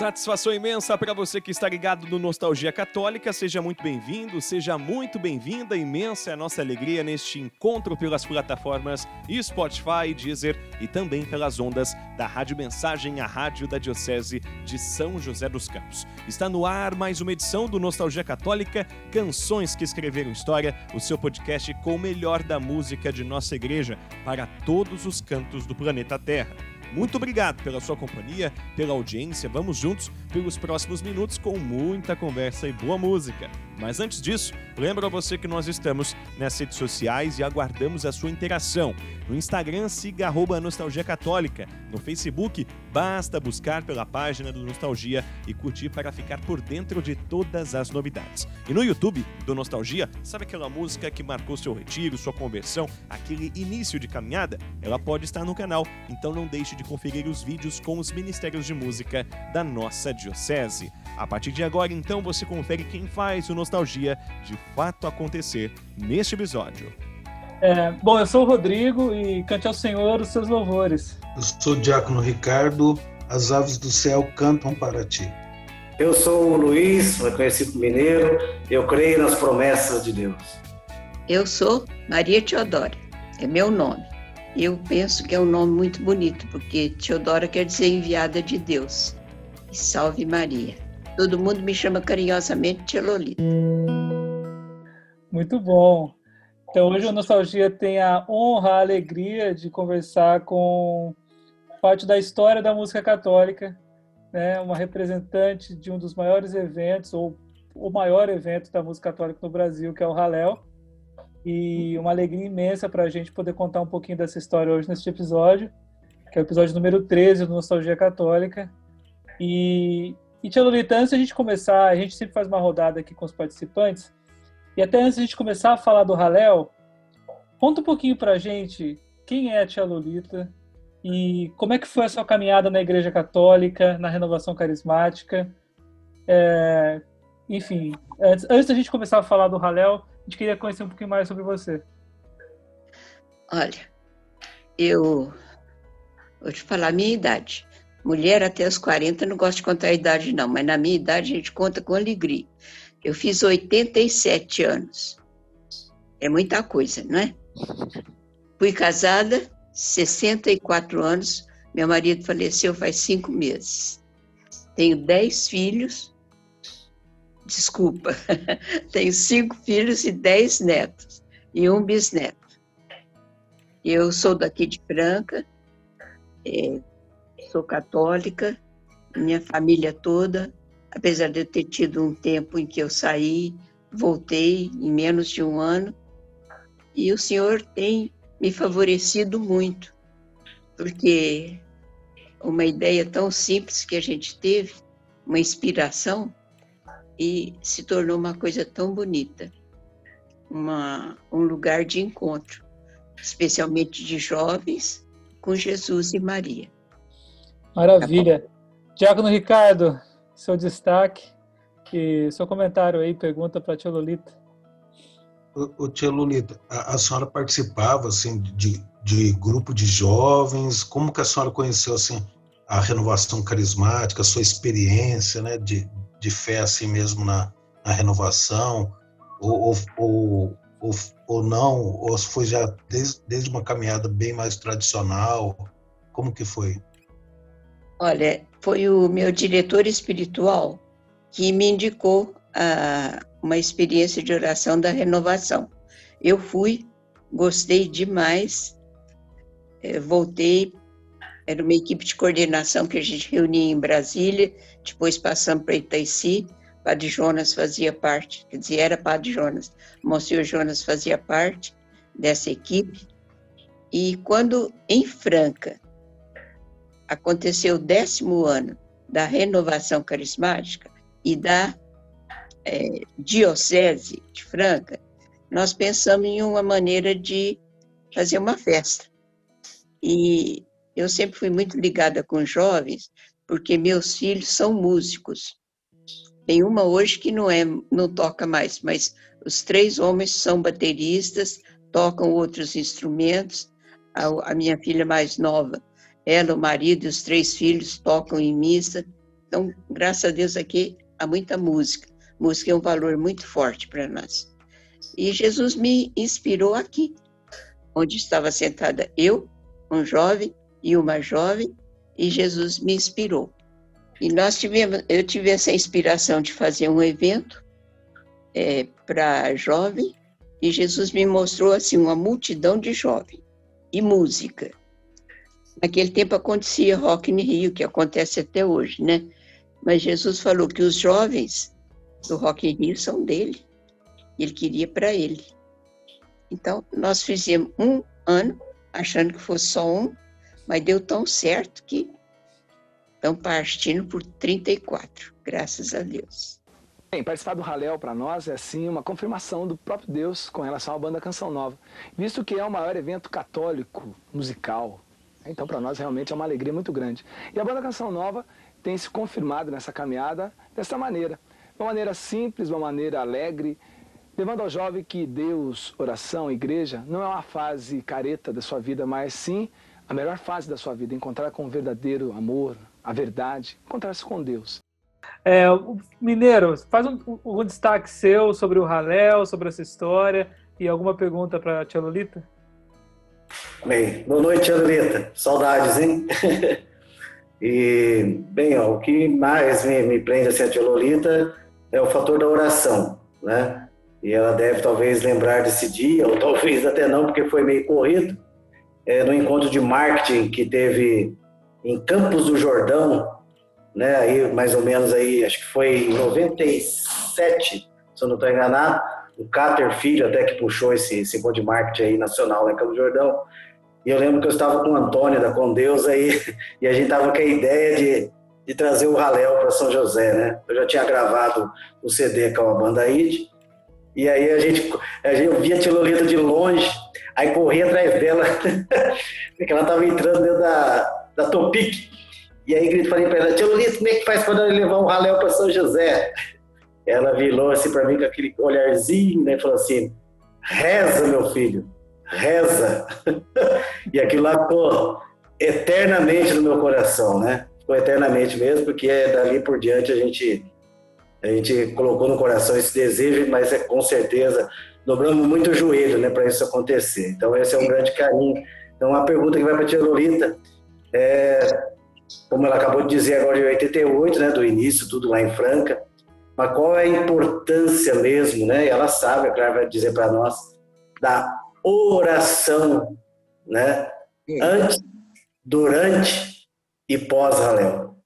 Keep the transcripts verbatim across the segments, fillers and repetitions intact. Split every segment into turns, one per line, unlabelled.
Satisfação imensa para você que está ligado no Nostalgia Católica. Seja muito bem-vindo, seja muito bem-vinda. Imensa é a nossa alegria neste encontro pelas plataformas Spotify, Deezer e também pelas ondas da Rádio Mensagem, a rádio da Diocese de São José dos Campos. Está no ar mais uma edição do Nostalgia Católica, Canções que Escreveram História, o seu podcast com o melhor da música de nossa igreja para todos os cantos do planeta Terra. Muito obrigado pela sua companhia, pela audiência. Vamos juntos pelos próximos minutos com muita conversa e boa música. Mas antes disso, lembro a você que nós estamos nas redes sociais e aguardamos a sua interação. No Instagram, siga arroba Nostalgia Católica. No Facebook, basta buscar pela página do Nostalgia e curtir para ficar por dentro de todas as novidades. E no YouTube do Nostalgia, sabe aquela música que marcou seu retiro, sua conversão, aquele início de caminhada? Ela pode estar no canal, então não deixe de conferir os vídeos com os ministérios de música da nossa diocese. A partir de agora, então, você confere quem faz o Nostalgia de fato acontecer neste episódio.
É, bom, eu sou o Rodrigo e cante ao Senhor os seus louvores.
Eu sou o Diácono Ricardo, as aves do céu cantam para ti.
Eu sou o Luiz, reconhecido mineiro, eu creio nas promessas de Deus.
Eu sou Maria Teodora, é meu nome. Eu penso que é um nome muito bonito, porque Teodora quer dizer enviada de Deus. E salve Maria. Todo mundo me chama carinhosamente Tia Lolita.
Muito bom. Então hoje o Nostalgia tem a honra, a alegria de conversar com parte da história da música católica, né? Uma representante de um dos maiores eventos, ou o maior evento da música católica no Brasil, que é o Hallel. E uma alegria imensa para a gente poder contar um pouquinho dessa história hoje neste episódio, que é o episódio número treze do Nostalgia Católica. E, e Tia Lolita, antes de a gente começar, a gente sempre faz uma rodada aqui com os participantes, e até antes de a gente começar a falar do Hallel, conta um pouquinho para a gente quem é a Tia Lolita e como é que foi a sua caminhada na Igreja Católica, na Renovação Carismática. É, enfim, antes, antes da gente começar a falar do Hallel, a gente queria conhecer um pouquinho mais sobre você.
Olha, eu vou te falar a minha idade. Mulher até os quarenta, não gosto de contar a idade não, mas na minha idade a gente conta com alegria. Eu fiz oitenta e sete anos. É muita coisa, não é? Fui casada, sessenta e quatro anos, meu marido faleceu faz cinco meses. Tenho dez filhos, desculpa, tenho cinco filhos e dez netos, e um bisneto. Eu sou daqui de Franca, é, sou católica, minha família toda, apesar de eu ter tido um tempo em que eu saí, voltei em menos de um ano, e o Senhor tem me favorecido muito, porque uma ideia tão simples que a gente teve, uma inspiração, e se tornou uma coisa tão bonita, uma, um lugar de encontro, especialmente de jovens, com Jesus e Maria.
Maravilha. Diácono Ricardo, seu destaque e seu comentário aí, pergunta para a Tia Lolita.
Ô, Tia Lolita, a, a senhora participava assim, de, de grupo de jovens, como que a senhora conheceu assim, a renovação carismática, a sua experiência, né, de de fé assim mesmo na, na renovação, ou, ou, ou, ou não, ou foi já desde, desde uma caminhada bem mais tradicional? Como que foi?
Olha, foi o meu diretor espiritual que me indicou a, uma experiência de oração da renovação. Eu fui, gostei demais, voltei. Era uma equipe de coordenação que a gente reunia em Brasília, depois passamos para Itaici, Padre Jonas fazia parte, quer dizer, era Padre Jonas, Monsenhor Jonas fazia parte dessa equipe. E quando em Franca aconteceu o décimo ano da renovação carismática e da é, Diocese de Franca, nós pensamos em uma maneira de fazer uma festa. E eu sempre fui muito ligada com jovens, porque meus filhos são músicos. Tem uma hoje que não, é, não toca mais, mas os três homens são bateristas, tocam outros instrumentos. A, a minha filha mais nova, ela, o marido e os três filhos tocam em missa. Então, graças a Deus aqui há muita música. Música é um valor muito forte para nós. E Jesus me inspirou aqui, onde estava sentada eu, um jovem e uma jovem, e Jesus me inspirou. E nós tivemos, eu tive essa inspiração de fazer um evento é, para jovem, e Jesus me mostrou assim uma multidão de jovens e música. Naquele tempo acontecia Rock in Rio, que acontece até hoje, né? Mas Jesus falou que os jovens do Rock in Rio são dele. Ele queria para ele. Então, nós fizemos um ano, achando que fosse só um, mas deu tão certo que estão partindo por trinta e quatro, graças a Deus.
Bem, participar do Hallel para nós é, sim, uma confirmação do próprio Deus com relação à banda Canção Nova, visto que é o maior evento católico musical. Então, para nós, realmente é uma alegria muito grande. E a banda Canção Nova tem se confirmado nessa caminhada dessa maneira. De uma maneira simples, de uma maneira alegre, levando ao jovem que Deus, oração, igreja, não é uma fase careta da sua vida, mas sim a melhor fase da sua vida, encontrar com o verdadeiro amor, a verdade, encontrar-se com Deus.
É, Mineiro, faz um, um destaque seu sobre o Hallel, sobre essa história, e alguma pergunta para a tia Lolita?
Bem, boa noite, tia Lolita. Saudades, hein? E, bem, ó, o que mais me, me prende assim, a tia Lolita é o fator da oração, né? E ela deve talvez lembrar desse dia, ou talvez até não, porque foi meio corrido, é, no encontro de marketing que teve em Campos do Jordão, né? Aí, mais ou menos, aí, acho que foi em noventa e sete, se eu não estou enganado, o Cáter Filho até que puxou esse, esse encontro de marketing aí nacional, né, em Campos do Jordão. E eu lembro que eu estava com o Antônio da Condeus aí, e a gente estava com a ideia de, de trazer o Hallel para São José, né? Eu já tinha gravado o C D com a banda I D, e aí a gente, a gente eu via a tia Lolita de longe, aí corria atrás dela, porque ela estava entrando dentro da, da Topic, e aí eu falei para ela, tia Lolita, como é que faz para levar um Hallel para São José? Ela virou assim para mim com aquele olharzinho, né, e falou assim, reza, meu filho, reza. E aquilo lá ficou eternamente no meu coração, né? Ficou eternamente mesmo, porque dali por diante a gente, a gente colocou no coração esse desejo, mas é com certeza dobramos muito o joelho, né, para isso acontecer. Então esse é um grande carinho. Então a pergunta que vai para a tia Lolita é, como ela acabou de dizer agora em oitenta e oito, né, do início, tudo lá em Franca, mas qual é a importância mesmo, né? E ela sabe, a Clara vai dizer para nós, da oração, né? Antes, durante e pós-Hallel.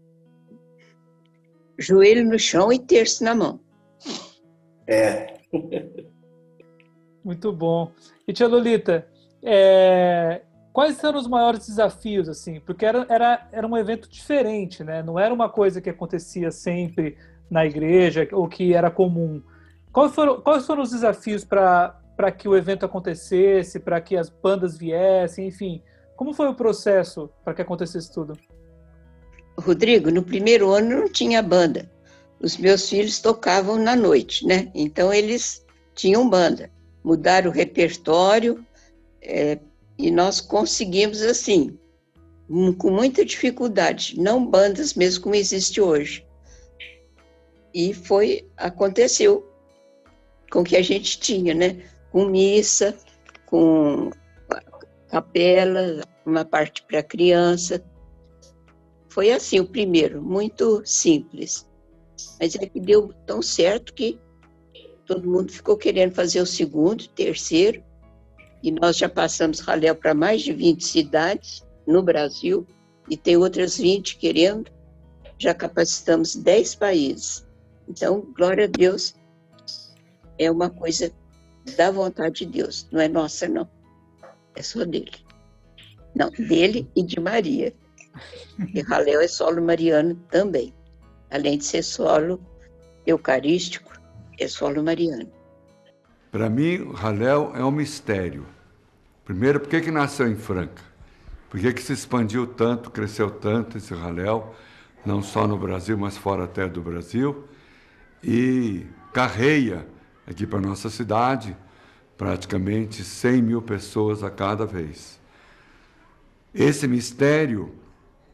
Joelho no chão e terço na mão.
É.
Muito bom. E tia Lolita, é... quais foram os maiores desafios, assim? Porque era, era, era um evento diferente, né? Não era uma coisa que acontecia sempre na igreja, ou que era comum. Quais foram, quais foram os desafios para que o evento acontecesse, para que as bandas viessem, enfim? Como foi o processo para que acontecesse tudo?
Rodrigo, no primeiro ano não tinha banda. Os meus filhos tocavam na noite, né? Então eles tinham banda. Mudaram o repertório é, e nós conseguimos, assim, com muita dificuldade, não bandas mesmo como existe hoje. E foi, aconteceu com o que a gente tinha, né? Com missa, com capela, uma parte para criança. Foi assim o primeiro, muito simples. Mas é que deu tão certo que todo mundo ficou querendo fazer o segundo, terceiro, e nós já passamos Hallel para mais de vinte cidades no Brasil, e tem outras vinte querendo, já capacitamos dez países. Então, glória a Deus, é uma coisa da vontade de Deus, não é nossa, não. É só dele. Não, dele e de Maria. E Hallel é solo mariano também. Além de ser solo eucarístico, é solo mariano.
Para mim, o Hallel é um mistério. Primeiro, por que que nasceu em Franca? Por que que se expandiu tanto, cresceu tanto esse Hallel, não só no Brasil, mas fora até do Brasil? E carreia aqui para a nossa cidade praticamente cem mil pessoas a cada vez. Esse mistério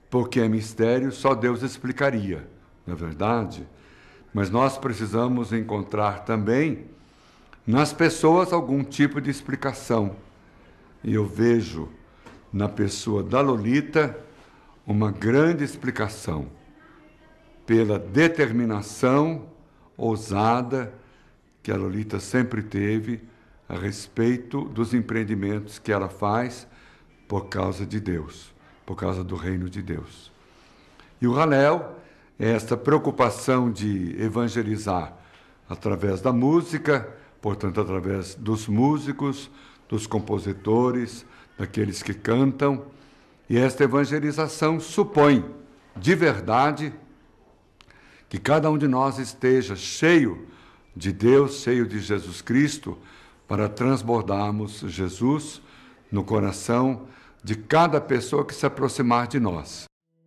porque é mistério, só Deus explicaria, não é verdade? Mas nós precisamos encontrar também nas pessoas algum tipo de explicação. E eu vejo na pessoa da Lolita uma grande explicação pela determinação ousada que a Lolita sempre teve a respeito dos empreendimentos que ela faz por causa de Deus, por causa do reino de Deus. E o Halel é essa preocupação de evangelizar através da música, portanto, através dos músicos, dos compositores, daqueles que cantam. E esta evangelização supõe, de verdade, que cada um de nós esteja cheio de Deus, cheio de Jesus Cristo, para transbordarmos Jesus no coração de cada pessoa que se aproximar de nós.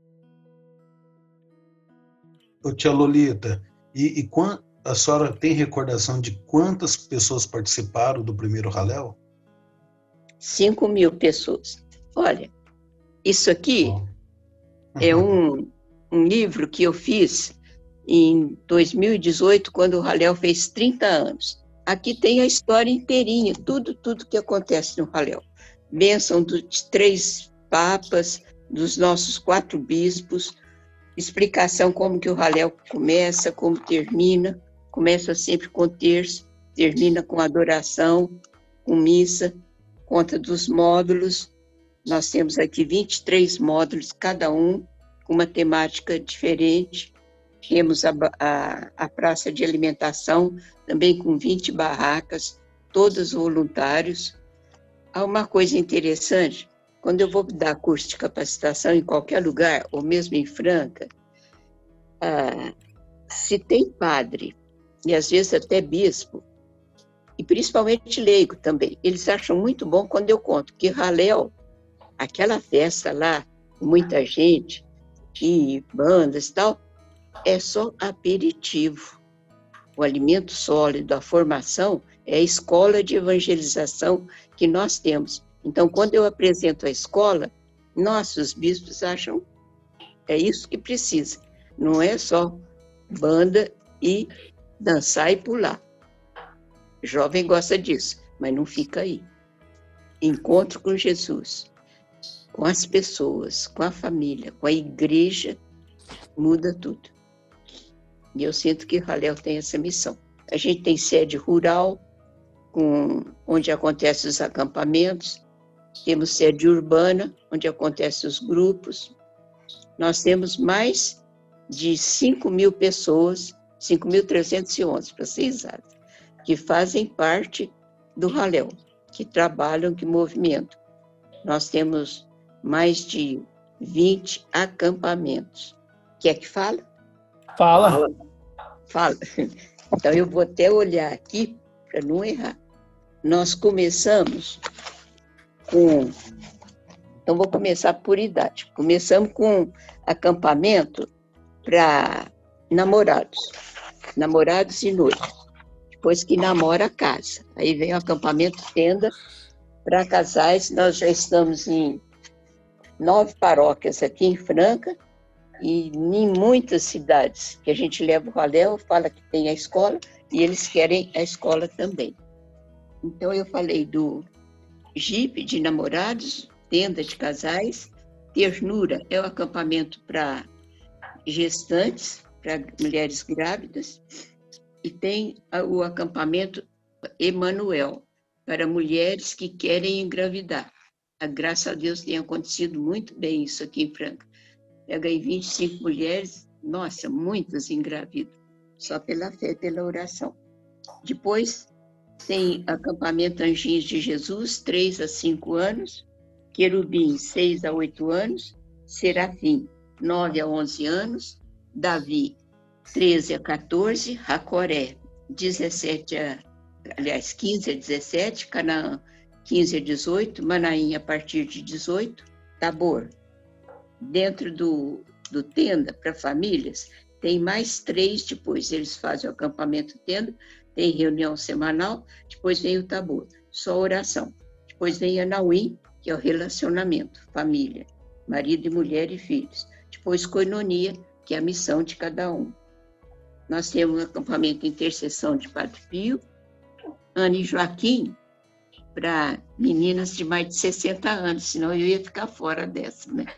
Ô, tia Lolita, e, e quant, a senhora tem recordação de quantas pessoas participaram do primeiro Halel?
Cinco mil pessoas. Olha, isso aqui oh. uhum. é um, um livro que eu fiz em dois mil e dezoito, quando o Halel fez trinta anos. Aqui tem a história inteirinha, tudo, tudo que acontece no Halel. Bênção dos três papas, dos nossos quatro bispos, explicação como que o Halel começa, como termina, começa sempre com terço, termina com adoração, com missa, conta dos módulos. Nós temos aqui vinte e três módulos, cada um com uma temática diferente. Temos a, a, a praça de alimentação, também com vinte barracas, todos voluntários. Há uma coisa interessante, quando eu vou dar curso de capacitação em qualquer lugar, ou mesmo em Franca, ah, se tem padre, e às vezes até bispo, e principalmente leigo também, eles acham muito bom quando eu conto que Halel, aquela festa lá, com muita gente, e bandas e tal, é só aperitivo. O alimento sólido, a formação, é a escola de evangelização que nós temos. Então, quando eu apresento a escola, nossos bispos acham é isso que precisa. Não é só banda e dançar e pular. O jovem gosta disso, mas não fica aí. Encontro com Jesus, com as pessoas, com a família, com a igreja, muda tudo. E eu sinto que Halel tem essa missão. A gente tem sede rural, com, onde acontecem os acampamentos, temos sede urbana, onde acontecem os grupos. Nós temos mais de cinco mil pessoas, cinco mil trezentos e onze, para ser exato, que fazem parte do Halel, que trabalham, que movimentam. Nós temos mais de vinte acampamentos. Quer que fale?
Fala.
Fala. Então, eu vou até olhar aqui para não errar. Nós começamos com... Então, vou começar por idade. Começamos com acampamento para namorados. Namorados e noivos. Depois que namora, casa. Aí vem o acampamento tenda para casais. Nós já estamos em nove paróquias aqui em Franca, e em muitas cidades que a gente leva o Halel, fala que tem a escola, e eles querem a escola também. Então, eu falei do jipe de namorados, tenda de casais, ternura é o acampamento para gestantes, para mulheres grávidas, e tem o acampamento Emanuel, para mulheres que querem engravidar. A, graças a Deus tem acontecido muito bem isso aqui em Franca. Pega aí vinte e cinco mulheres, nossa, muitas engravidam, só pela fé, pela oração. Depois tem acampamento Anjinhos de Jesus, três a cinco anos, Querubim, seis a oito anos, Serafim, nove a onze anos, Davi, treze a quatorze, Racoré, dezessete a, aliás, quinze a dezessete, Canaã, quinze a dezoito, Manaim a partir de dezoito, Tabor. Dentro do, do tenda para famílias, tem mais três depois. Eles fazem o acampamento tenda, tem reunião semanal, depois vem o Tabor, só oração. Depois vem a Nauim, que é o relacionamento, família, marido e mulher e filhos. depois coinonia, que é a missão de cada um. Nós temos um acampamento de intercessão de Padre Pio, Ana e Joaquim, para meninas de mais de sessenta anos, senão eu ia ficar fora dessa, né?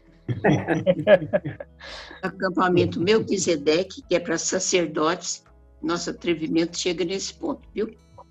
Acampamento Melquisedeque, que é para sacerdotes. Nosso atrevimento chega nesse ponto, viu?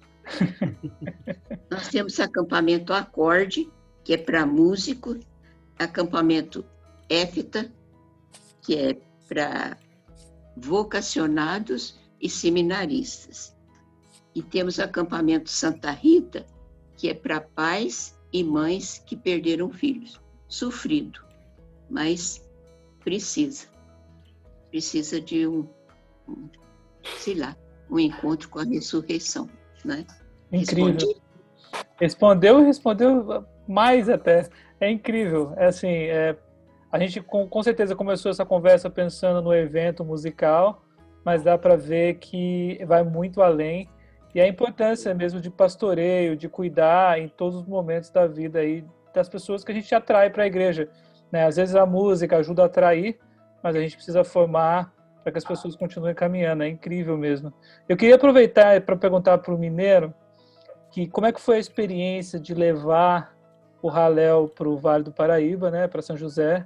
Nós temos acampamento Acorde, que é para músico, acampamento Éfita, que é para vocacionados e seminaristas. E temos acampamento Santa Rita, que é para pais e mães que perderam filhos. Sofrido, mas precisa. Precisa de um, um sei lá, um encontro com a ressurreição, né?
Incrível. Respondi? Respondeu e respondeu mais até. É incrível. É assim, é, a gente com, com certeza começou essa conversa pensando no evento musical, mas dá para ver que vai muito além. E a importância mesmo de pastoreio, de cuidar em todos os momentos da vida aí das pessoas que a gente atrai para a igreja, né? Às vezes a música ajuda a atrair, mas a gente precisa formar para que as pessoas continuem caminhando. É incrível mesmo. Eu queria aproveitar para perguntar para o Mineiro que como é que foi a experiência de levar o Halel para o Vale do Paraíba, né, para São José,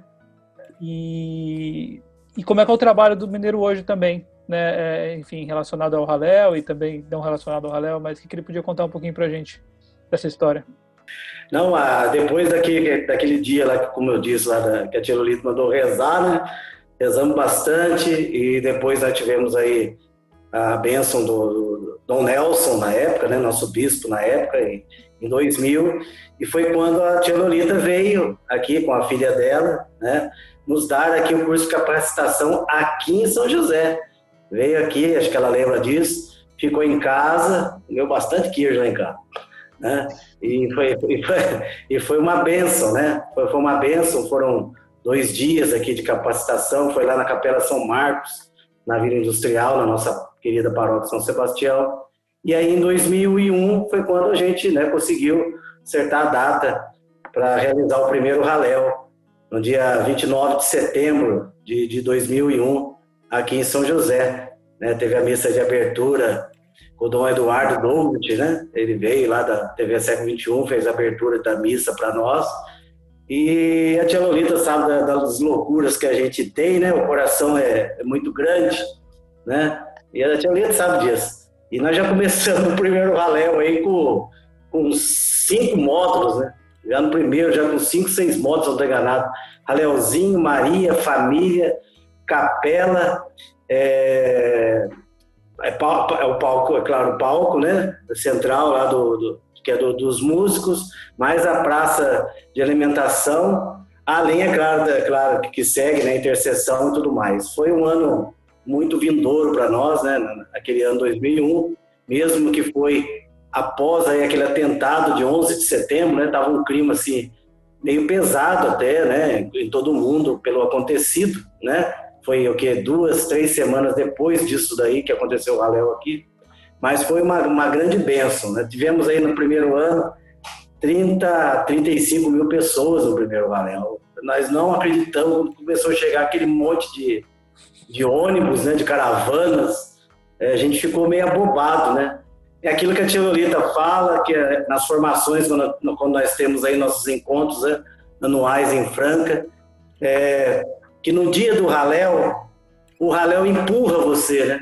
e, e como é que é o trabalho do Mineiro hoje também, né, é, enfim, relacionado ao Halel e também não relacionado ao Halel, mas que ele podia contar um pouquinho para a gente dessa história.
Não, ah, depois daquele, daquele dia lá, como eu disse, lá da, que a tia Lolita mandou rezar, né? Rezamos bastante e depois nós tivemos aí a bênção do, do Dom Nelson na época, né? Nosso bispo na época, em, em dois mil, e foi quando a tia Lolita veio aqui com a filha dela, né? Nos dar aqui o curso de capacitação aqui em São José. Veio aqui, acho que ela lembra disso, ficou em casa, comeu bastante queijo lá em casa, né? E foi, e foi, e foi uma bênção, né? Foi, foi uma bênção, foram dois dias aqui de capacitação, foi lá na Capela São Marcos, na Vila Industrial, na nossa querida paróquia São Sebastião. E aí em dois mil e um foi quando a gente, né, conseguiu acertar a data para realizar o primeiro Halel, no dia vinte e nove de setembro de, de dois mil e um, aqui em São José, né? Teve a missa de abertura com o Dom Eduardo Dombit, né? Ele veio lá da T V Século vinte e um, fez a abertura da missa para nós. E a tia Lolita sabe das loucuras que a gente tem, né? O coração é, é muito grande, né? E a tia Lolita sabe disso. E nós já começamos o primeiro Halel aí com, com cinco módulos, né? Já no primeiro, já com cinco, seis módulos, não tô enganado. Halelzinho, Maria, família, capela, é, é, palco, é o palco, é claro, o palco, né? Central lá do, do que é do, dos músicos, mais a praça de alimentação, além, é claro, é claro que segue, né, intercessão e tudo mais. Foi um ano muito vindouro para nós, né, aquele ano dois mil e um, mesmo que foi após aí aquele atentado de onze de setembro, né, tava um clima assim, meio pesado até, né, em todo mundo pelo acontecido, né, foi o que, duas, três semanas depois disso daí que aconteceu o Halel aqui. Mas foi uma, uma grande bênção, né? Tivemos aí no primeiro ano trinta, trinta e cinco mil pessoas no primeiro Halel. Nós não acreditamos quando começou a chegar aquele monte de, de ônibus, né? De caravanas. É, a gente ficou meio abobado, né? É aquilo que a tia Lolita fala, que é nas formações, quando, quando nós temos aí nossos encontros, né, anuais em Franca, é, que no dia do Halel, o Halel empurra você, né?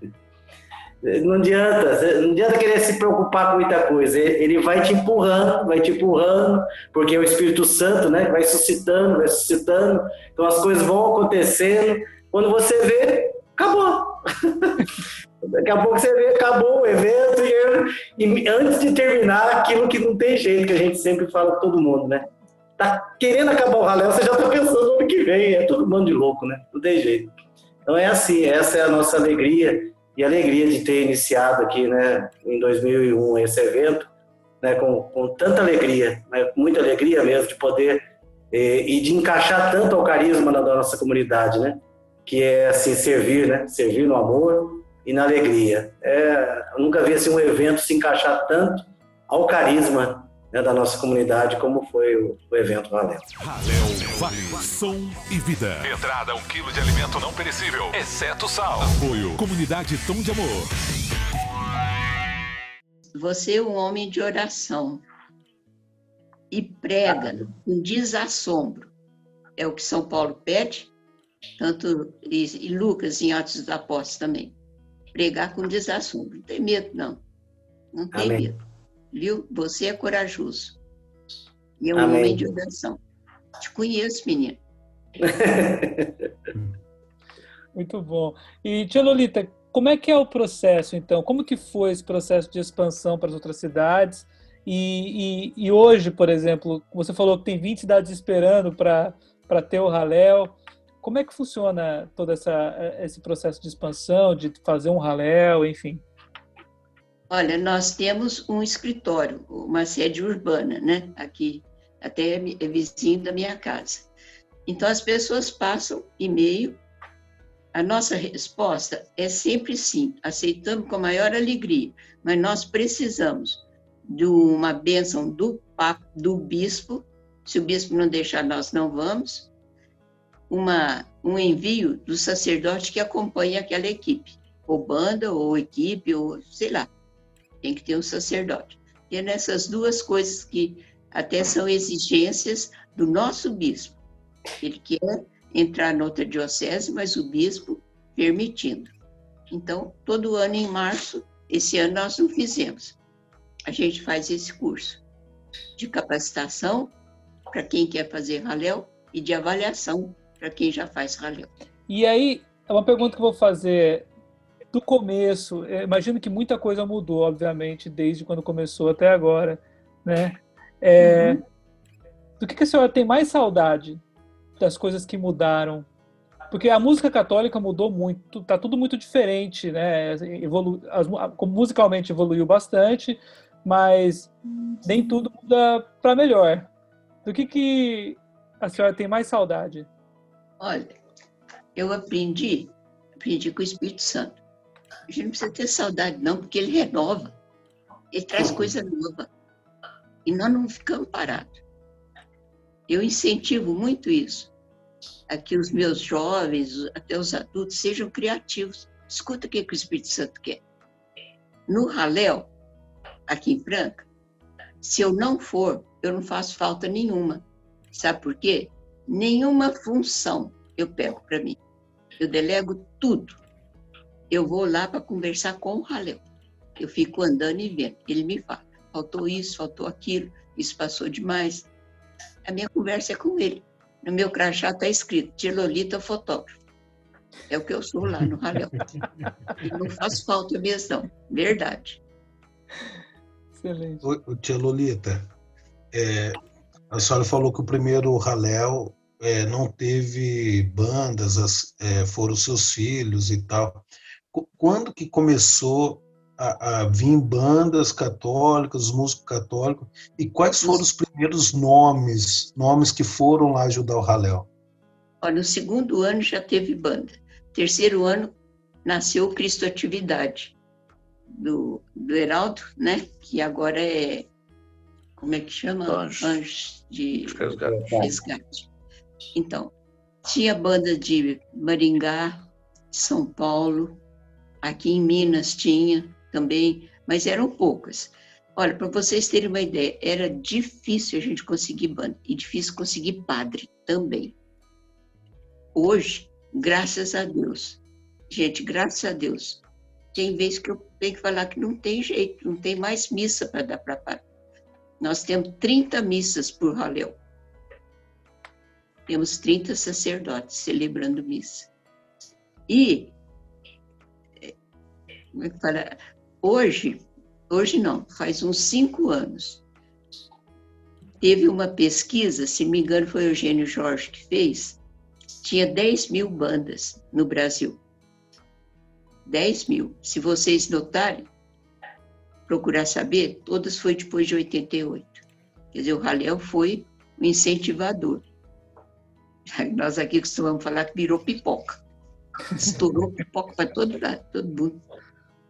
Não adianta, não adianta querer se preocupar com muita coisa. Ele vai te empurrando, vai te empurrando, porque é o Espírito Santo, né? Vai suscitando, vai suscitando. Então as coisas vão acontecendo. Quando você vê, acabou. Daqui a pouco você vê, acabou o evento. E, e antes de terminar, aquilo que não tem jeito, que a gente sempre fala com todo mundo, né? Tá querendo acabar o Halel, você já tá pensando no ano que vem. É todo mundo de louco, né? Não tem jeito. Então é assim, essa é a nossa alegria. E a alegria de ter iniciado aqui, né, em dois mil e um, esse evento, né, com, com tanta alegria, né, com muita alegria mesmo, de poder eh, e de encaixar tanto ao carisma da nossa comunidade, né, que é assim, servir, né, servir no amor e na alegria. É, eu nunca vi assim, um evento se encaixar tanto ao carisma né, da nossa comunidade, como foi o, o evento Raléu.
Raléu Vale, som e vida. Entrada, um quilo de alimento não perecível, exceto sal. Apoio, Comunidade Tom de Amor.
Você é um homem de oração e prega com desassombro. É o que São Paulo pede, tanto e, e Lucas em Atos dos Apóstolos também. Pregar com desassombro. Não tem medo, não. Não tem
Amém.
medo. Viu? Você é corajoso. E é um
Amém.
homem de oração. Te conheço, menina.
Muito bom. E, tia Lolita, como é que é o processo, então? Como que foi esse processo de expansão para as outras cidades? E, e, e hoje, por exemplo, você falou que tem vinte cidades esperando para ter o Raléu. Como é que funciona todo essa, esse processo de expansão, de fazer um Raléu, enfim?
Olha, nós temos um escritório, uma sede urbana, né? Aqui, até é vizinho da minha casa. Então, as pessoas passam e-mail. A nossa resposta é sempre sim, aceitamos com a maior alegria, mas nós precisamos de uma bênção do, do bispo. Se o bispo não deixar, nós não vamos. Uma, um envio do sacerdote que acompanha aquela equipe, ou banda, ou equipe, ou sei lá, tem que ter um sacerdote. E é nessas duas coisas que até são exigências do nosso bispo. Ele quer entrar noutra diocese, mas o bispo permitindo. Então, todo ano em março, esse ano nós não fizemos. A gente faz esse curso de capacitação para quem quer fazer Raléu e de avaliação para quem já faz Raléu.
E aí, é uma pergunta que eu vou fazer do começo. Eu imagino que muita coisa mudou, obviamente, desde quando começou até agora, né? É, uhum. Do que, que a senhora tem mais saudade das coisas que mudaram? Porque a música católica mudou muito, tá tudo muito diferente, né? Evolu... As... Musicalmente evoluiu bastante, mas nem tudo muda para melhor. Do que, que a senhora tem mais saudade?
Olha, eu aprendi, aprendi com o Espírito Santo. A gente não precisa ter saudade, não, porque ele renova. Ele traz coisa nova. E nós não ficamos parados. Eu incentivo muito isso. A que os meus jovens, até os adultos, sejam criativos. Escuta o que, que o Espírito Santo quer. No Raléu, aqui em Franca, se eu não for, eu não faço falta nenhuma. Sabe por quê? Nenhuma função eu pego para mim. Eu delego tudo. Eu vou lá para conversar com o Raléu. Eu fico andando e vendo. Ele me fala, faltou isso, faltou aquilo, isso passou demais. A minha conversa é com ele. No meu crachá está escrito, tia Lolita fotógrafo. É o que eu sou lá no Raléu. E não faço falta mesmo, não. Verdade.
Excelente.
Ô, tia Lolita, é, a senhora falou que o primeiro Raléu é, não teve bandas, as, é, foram seus filhos e tal. Quando que começou a, a vir bandas católicas, músicos católicos, e quais foram os primeiros nomes, nomes que foram lá ajudar o Raléu?
Olha, no segundo ano já teve banda. Terceiro ano nasceu o Cristo Atividade, do, do Heraldo, né? Que agora é, como é que chama?
Anjos.
Anjos de
Resgate.
resgate. Então, tinha banda de Maringá, São Paulo, aqui em Minas tinha também, mas eram poucas. Olha, para vocês terem uma ideia, era difícil a gente conseguir banda e difícil conseguir padre também. Hoje, graças a Deus, gente, graças a Deus, tem vezes que eu tenho que falar que não tem jeito, não tem mais missa para dar para padre. Nós temos trinta missas por Raléu. Temos trinta sacerdotes celebrando missa. E, como é que fala? Hoje, hoje não, faz uns cinco anos, teve uma pesquisa, se não me engano foi o Eugênio Jorge que fez, tinha dez mil bandas no Brasil. dez mil. Se vocês notarem, procurar saber, todas foi depois de oitenta e oito. Quer dizer, o Raléu foi o incentivador. Nós aqui costumamos falar que virou pipoca. Estourou pipoca para todo lado, todo mundo.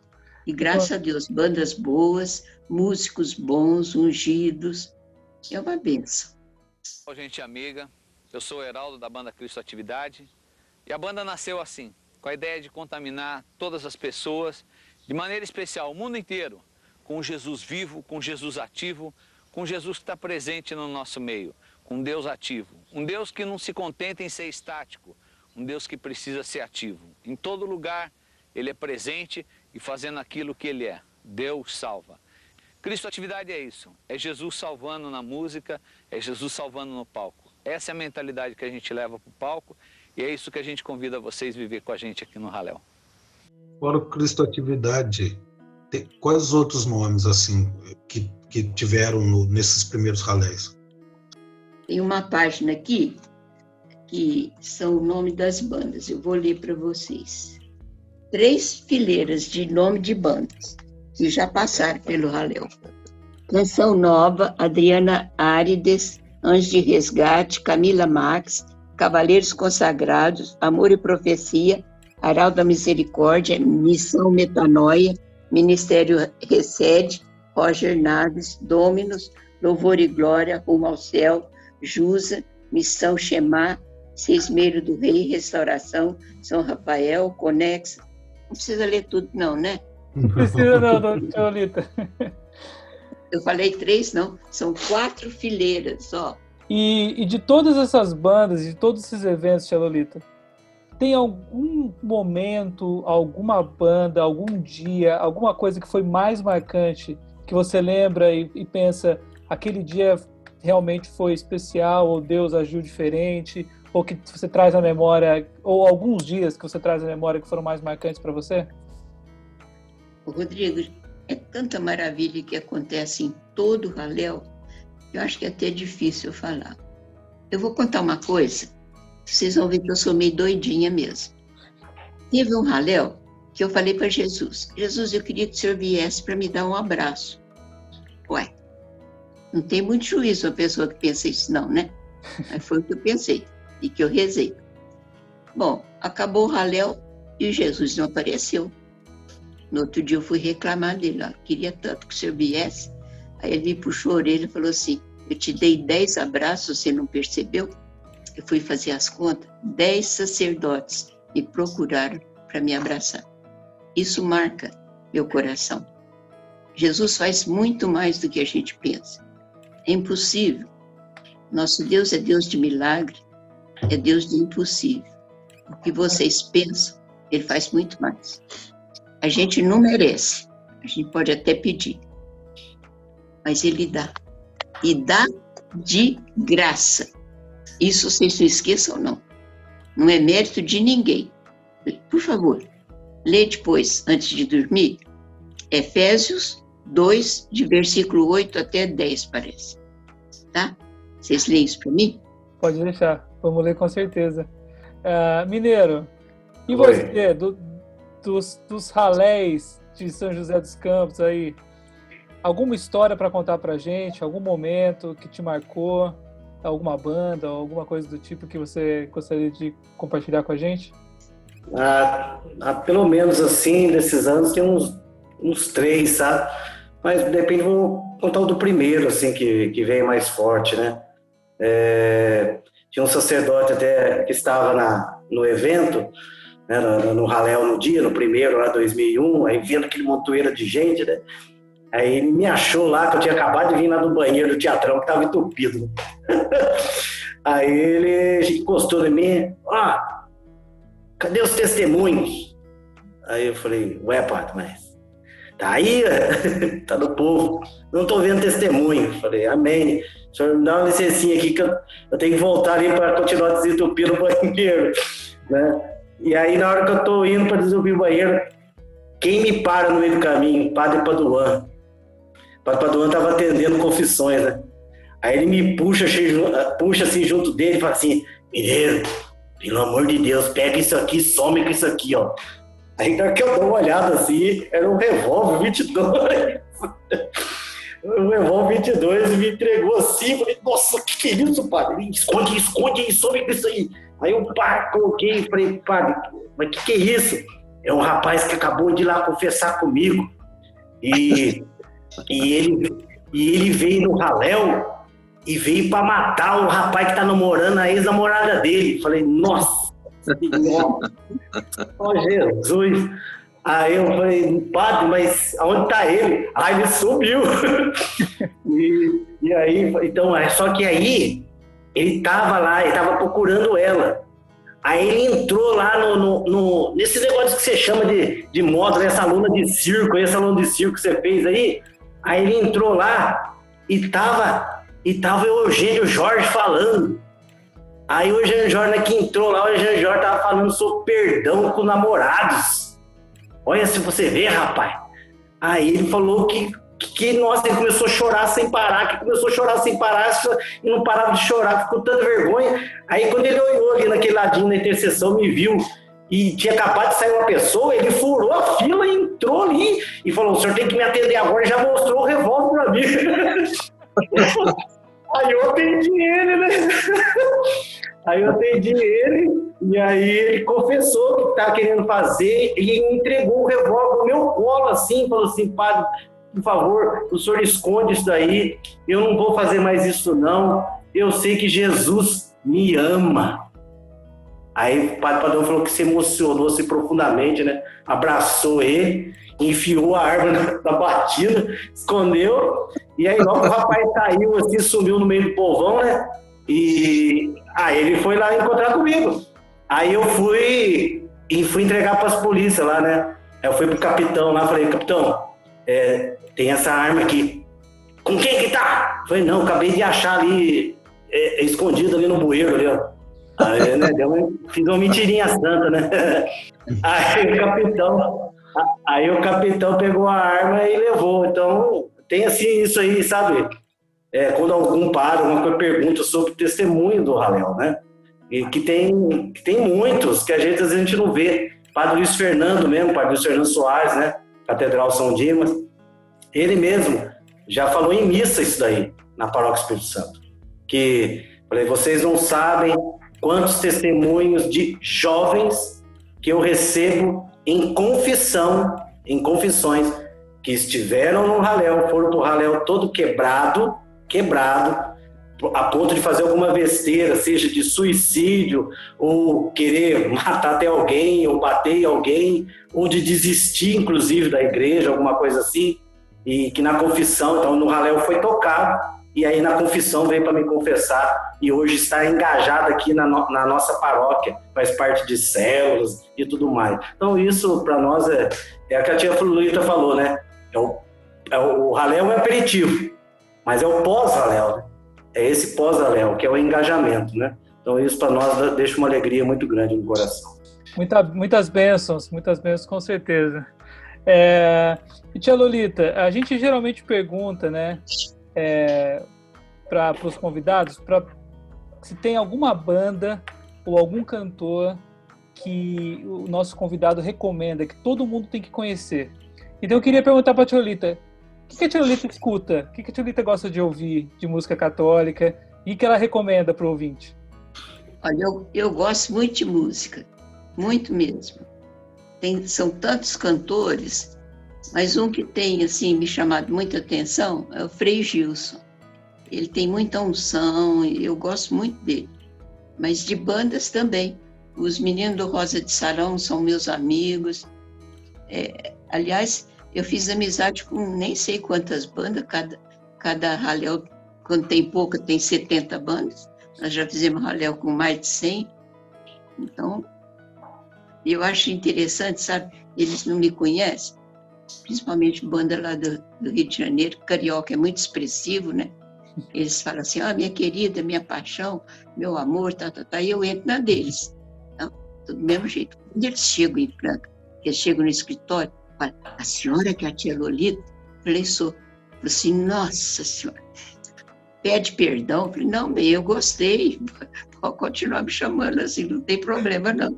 E graças a Deus, bandas boas, músicos bons, ungidos, é uma bênção.
Oi, gente amiga, eu sou o Heraldo da banda Cristo Atividade e a banda nasceu assim, com a ideia de contaminar todas as pessoas, de maneira especial o mundo inteiro, com Jesus vivo, com Jesus ativo, com Jesus que está presente no nosso meio, com um Deus ativo, um Deus que não se contenta em ser estático, um Deus que precisa ser ativo. Em todo lugar Ele é presente e fazendo aquilo que Ele é, Deus salva. Cristo Atividade é isso, é Jesus salvando na música, é Jesus salvando no palco. Essa é a mentalidade que a gente leva para o palco e é isso que a gente convida vocês a viver com a gente aqui no Raléu.
Fora o Cristo Atividade, tem, quais outros nomes assim que, que tiveram no, nesses primeiros raléus?
Tem uma página aqui que são o nome das bandas, eu vou ler para vocês. Três fileiras de nome de bandas que já passaram pelo Raléu. Canção Nova, Adriana Árides, Anjos de Resgate, Camila Max, Cavaleiros Consagrados, Amor e Profecia, Aral da Misericórdia, Missão Metanoia, Ministério Recede, Roger Naves, Dominus, Louvor e Glória, Rumo ao Céu, Jusa, Missão Shemá, Cismeiro do Rei, Restauração, São Rafael, Conexa. Não precisa ler tudo não, né?
Não precisa não, dona Lolita.
Eu falei três, não. São quatro fileiras, ó.
E, e de todas essas bandas, de todos esses eventos, tia Lolita, tem algum momento, alguma banda, algum dia, alguma coisa que foi mais marcante, que você lembra e, e pensa, aquele dia realmente foi especial, ou Deus agiu diferente, ou que você traz à memória, ou alguns dias que você traz à memória que foram mais marcantes para você?
Rodrigo, é tanta maravilha que acontece em todo o Raléu, eu acho que é até difícil falar. Eu vou contar uma coisa, vocês vão ver que eu sou meio doidinha mesmo. Teve um Raléu que eu falei para Jesus, Jesus, eu queria que o senhor viesse para me dar um abraço. Ué, não tem muito juízo a pessoa que pensa isso não, né? Mas foi o que eu pensei e que eu rezei. Bom, acabou o Raléu e Jesus não apareceu. No outro dia eu fui reclamar dele, ó, queria tanto que o senhor viesse. Aí ele me puxou a orelha e falou assim, eu te dei dez abraços, você não percebeu? Eu fui fazer as contas, dez sacerdotes me procuraram para me abraçar. Isso marca meu coração. Jesus faz muito mais do que a gente pensa. É impossível. Nosso Deus é Deus de milagre, é Deus de impossível. O que vocês pensam, Ele faz muito mais. A gente não merece, a gente pode até pedir, mas Ele dá. E dá de graça. Isso vocês não esqueçam, não. Não é mérito de ninguém. Por favor, lê depois, antes de dormir, Efésios dois, de versículo oito até dez, parece. Tá? Vocês leem isso para mim?
Pode deixar, vamos ler com certeza. Uh, Mineiro, e você, do, dos, dos raléis de São José dos Campos aí, alguma história para contar pra gente, algum momento que te marcou, alguma banda, alguma coisa do tipo que você gostaria de compartilhar com a gente?
Ah, ah, pelo menos assim, desses anos, tem uns, uns três, sabe? Mas depende, vou contar o do primeiro, assim, que, que veio mais forte, né? É, tinha um sacerdote até que estava na, no evento, né, no, no Raléu no dia, no primeiro, lá dois mil e um, aí vendo aquele montoeira de gente, né? Aí ele me achou lá, que eu tinha acabado de vir lá do banheiro do teatrão, que estava entupido. Aí ele encostou em mim, ó, cadê os testemunhos? Aí eu falei, ué, padre, mas tá aí, tá no povo, não tô vendo testemunho. Falei, amém, o senhor me dá uma licencinha aqui que eu, eu tenho que voltar ali para continuar desentupindo o banheiro, né? E aí na hora que eu tô indo para desentupir o banheiro, quem me para no meio do caminho? Padre Paduan. O Padre Paduan estava atendendo confissões, né? Aí ele me puxa, puxa assim junto dele e fala assim, Mineiro, pelo amor de Deus, pega isso aqui, some com isso aqui, ó. Aí na hora que eu dou uma olhada assim, era um revólver vinte e dois. Um revólver vinte e dois me entregou assim, falei, nossa, o que, que é isso, padre? Esconde, esconde, some com isso aí. Aí eu pá, coloquei e falei, padre, mas o que, que é isso? é um rapaz que acabou de ir lá confessar comigo. E, e, ele, e ele veio no Raléu e veio para matar o rapaz que tá namorando a ex-namorada dele. Falei, nossa, ó Jesus. Aí eu falei, padre, mas aonde tá ele? Ah, ele sumiu. e, e aí, então, só que aí, ele tava lá, ele tava procurando ela. Aí ele entrou lá no, no, no, nesse negócio que você chama de, de moda, essa luna de circo, essa luna de circo que você fez aí. Aí ele entrou lá e tava, e tava o Eugênio Jorge falando. Aí o Eugênio Jorge, né, que entrou lá, o Eugênio Jorge tava falando sobre perdão com namorados. Olha se você vê, rapaz. Aí ele falou que, que, nossa, ele começou a chorar sem parar, que começou a chorar sem parar e não parava de chorar, ficou tanta vergonha. Aí quando ele olhou ali naquele ladinho na interseção, me viu e tinha acabado de sair uma pessoa, ele furou a fila e entrou ali e falou, o senhor tem que me atender agora, e já mostrou o revólver pra mim. Aí eu atendi ele, né? Aí eu atendi ele, e aí ele confessou que estava querendo fazer, e ele entregou o revólver no meu colo, assim, falou assim, padre, por favor, o senhor esconde isso daí, eu não vou fazer mais isso não, eu sei que Jesus me ama. Aí o padre Padrão falou que se emocionou-se profundamente, né? Abraçou ele, enfiou a arma na, na batina, escondeu, e aí logo o rapaz saiu assim, sumiu no meio do povão, né? E aí ele foi lá encontrar comigo. Aí eu fui e fui entregar para as polícias lá, né? Eu fui pro capitão lá, falei, capitão, é, tem essa arma aqui. Com quem que tá? Eu falei, não, acabei de achar ali, é, é, escondido ali no bueiro ali, ó. Aí, né, deu uma, fiz uma mentirinha santa, né? Aí o capitão, aí o capitão pegou a arma e levou. Então, tem assim isso aí, sabe? É, quando algum para, alguma coisa pergunta sobre o testemunho do Raléu, né? E que tem, que tem muitos que a gente, às vezes, a gente não vê. Padre Luiz Fernando mesmo, Padre Luiz Fernando Soares, né? Catedral São Dimas. Ele mesmo já falou em missa isso daí, na Paróquia Espírito Santo. Que, falei, vocês não sabem quantos testemunhos de jovens que eu recebo em confissão, em confissões, que estiveram no Raléu, foram pro Raléu todo quebrado, quebrado, a ponto de fazer alguma besteira, seja de suicídio, ou querer matar até alguém, ou bater em alguém, ou de desistir, inclusive, da igreja, alguma coisa assim, e que na confissão, então no Raléu foi tocado, e aí na confissão veio para me confessar, e hoje está engajado aqui na, no, na nossa paróquia, faz parte de células e tudo mais. Então isso para nós é, é a que a tia Lulita falou, né? É o, é o, o Raléu é um aperitivo, mas é o pós-Raléu, né? É esse pós-Raléu, que é o engajamento, né? Então isso para nós deixa uma alegria muito grande no coração.
Muita, muitas bênçãos, muitas bênçãos com certeza. É, e tia Lolita, a gente geralmente pergunta, né, é, para os convidados, pra, se tem alguma banda ou algum cantor que o nosso convidado recomenda, que todo mundo tem que conhecer. Então eu queria perguntar para a tia Lolita, o que a tia Lolita escuta? O que a tia Lolita gosta de ouvir de música católica e que ela recomenda para o ouvinte?
Olha, eu, eu gosto muito de música, muito mesmo. Tem, são tantos cantores, mas um que tem assim, me chamado muita atenção é o Frei Gilson. Ele tem muita unção e eu gosto muito dele. Mas de bandas também. Os meninos do Rosa de Sarão são meus amigos. É, aliás, eu fiz amizade com nem sei quantas bandas, cada, cada Raléu, quando tem pouca, tem setenta bandas. Nós já fizemos Raléu com mais de cem. Então, eu acho interessante, sabe? Eles não me conhecem, principalmente banda lá do, do Rio de Janeiro, carioca é muito expressivo, né? Eles falam assim, ah, minha querida, minha paixão, meu amor, tá, tá, tá, e eu entro na deles. Então, do mesmo jeito. Quando eles chegam em Franca, eles chegam no escritório, falam, a senhora que é a tia Lolita? Eu falei, sou. Eu falei assim, nossa senhora, pede perdão? Eu falei, não, bem, eu gostei, pode continuar me chamando assim, não tem problema não.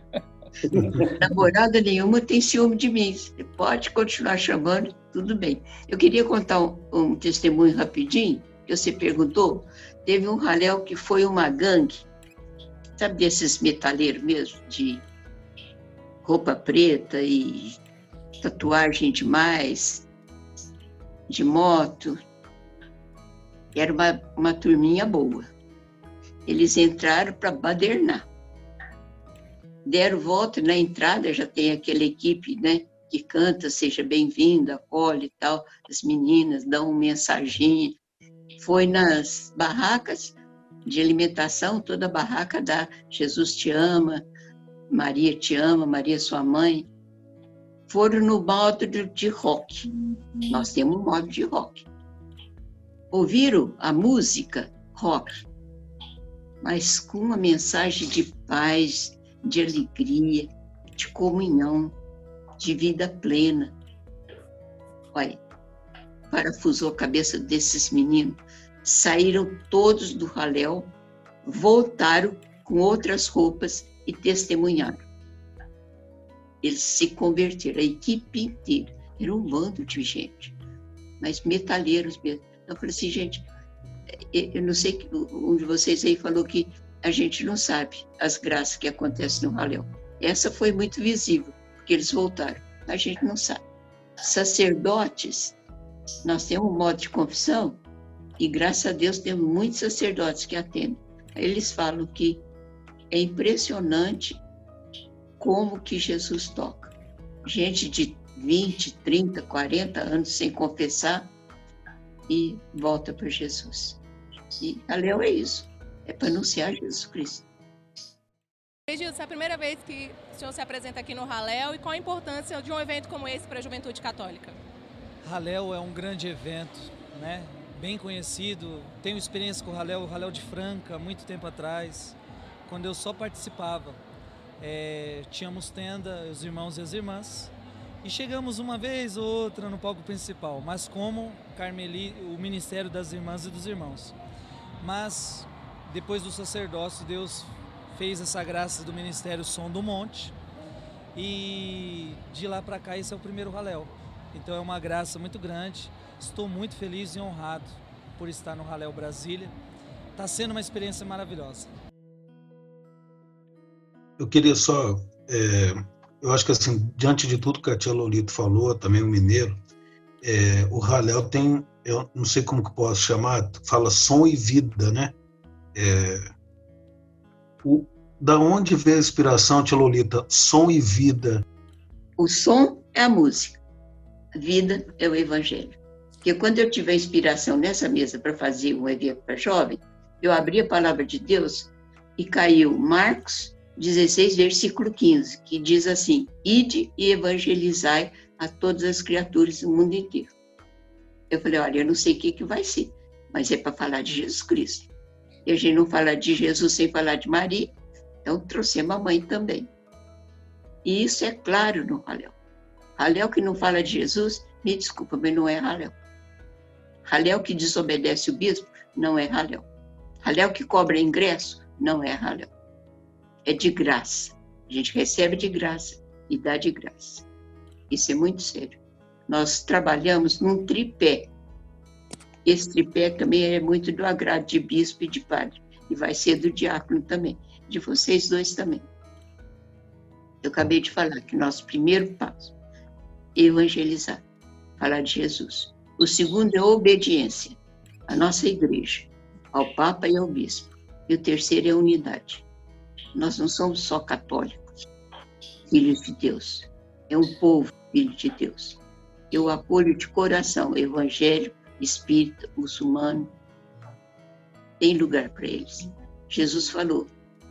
Namorada nenhuma tem ciúme de mim, você pode continuar chamando, tudo bem. Eu queria contar um, um testemunho rapidinho, que você perguntou. Teve um Raléu que foi uma gangue, sabe desses metaleiros mesmo, de roupa preta e tatuagem demais, de moto. Era uma, uma turminha boa. Eles entraram para badernar. Deram volta na entrada, já tem aquela equipe, né, que canta, seja bem-vinda, acolhe e tal. As meninas dão uma mensaginha. Foi nas barracas de alimentação, toda a barraca dá Jesus te ama, Maria te ama, Maria sua mãe. Foram no modo de rock. Nós temos um modo de rock. Ouviram a música rock, mas com uma mensagem de paz, de alegria, de comunhão, de vida plena. Olha, parafusou a cabeça desses meninos. Saíram todos do Halel, voltaram com outras roupas e testemunharam. Eles se converteram, a equipe inteira. Era um bando de gente, mas metaleiros mesmo. Eu falei assim, gente, eu não sei, um de vocês aí falou que a gente não sabe as graças que acontecem no Halel. Essa foi muito visível, porque eles voltaram. A gente não sabe. Sacerdotes, nós temos um modo de confissão, e graças a Deus temos muitos sacerdotes que atendem. Eles falam que é impressionante como que Jesus toca. Gente de vinte, trinta, quarenta anos sem confessar e volta para Jesus. E Halel é isso, é para anunciar Jesus Cristo.
Egilson, é a primeira vez que o senhor se apresenta aqui no Halel, e qual a importância de um evento como esse para a juventude católica?
Halel é um grande evento, né? Bem conhecido. Tenho experiência com o Halel, o Halel de Franca, muito tempo atrás, quando eu só participava. É, tínhamos tenda, os irmãos e as irmãs, e chegamos uma vez ou outra no palco principal, mas como Carmeli, o ministério das irmãs e dos irmãos. Mas depois do sacerdócio, Deus fez essa graça do ministério Som do Monte, e de lá para cá esse é o primeiro Halel. Então é uma graça muito grande. Estou muito feliz e honrado por estar no Halel Brasília. Está sendo uma experiência maravilhosa.
Eu queria só, é, eu acho que assim, diante de tudo que a tia Lolita falou, também o mineiro, é, o Halel tem, eu não sei como que posso chamar, fala som e vida, né? É, o, da onde veio a inspiração, tia Lolita? Som e vida.
O som é a música, a vida é o evangelho. Porque quando eu tive a inspiração nessa mesa para fazer um evento para jovem, eu abri a palavra de Deus e caiu Marcos dezesseis, versículo quinze, que diz assim: ide e evangelizai a todas as criaturas do mundo inteiro. Eu falei, olha, eu não sei o que, que vai ser, mas é para falar de Jesus Cristo. E a gente não fala de Jesus sem falar de Maria, então trouxemos a mãe também. E isso é claro no Halel. Halel que não fala de Jesus, me desculpa, mas não é Halel. Halel que desobedece o bispo, não é Halel. Halel que cobra ingresso, não é Halel. É de graça. A gente recebe de graça e dá de graça. Isso é muito sério. Nós trabalhamos num tripé. Esse tripé também é muito do agrado de bispo e de padre. E vai ser do diácono também. De vocês dois também. Eu acabei de falar que nosso primeiro passo é evangelizar. Falar de Jesus. O segundo é obediência à nossa igreja, ao Papa e ao Bispo. E o terceiro é a unidade. Nós não somos só católicos, filhos de Deus. É um povo, filho de Deus. Eu acolho de coração evangélico, espírita, muçulmano. Tem lugar para eles. Jesus falou,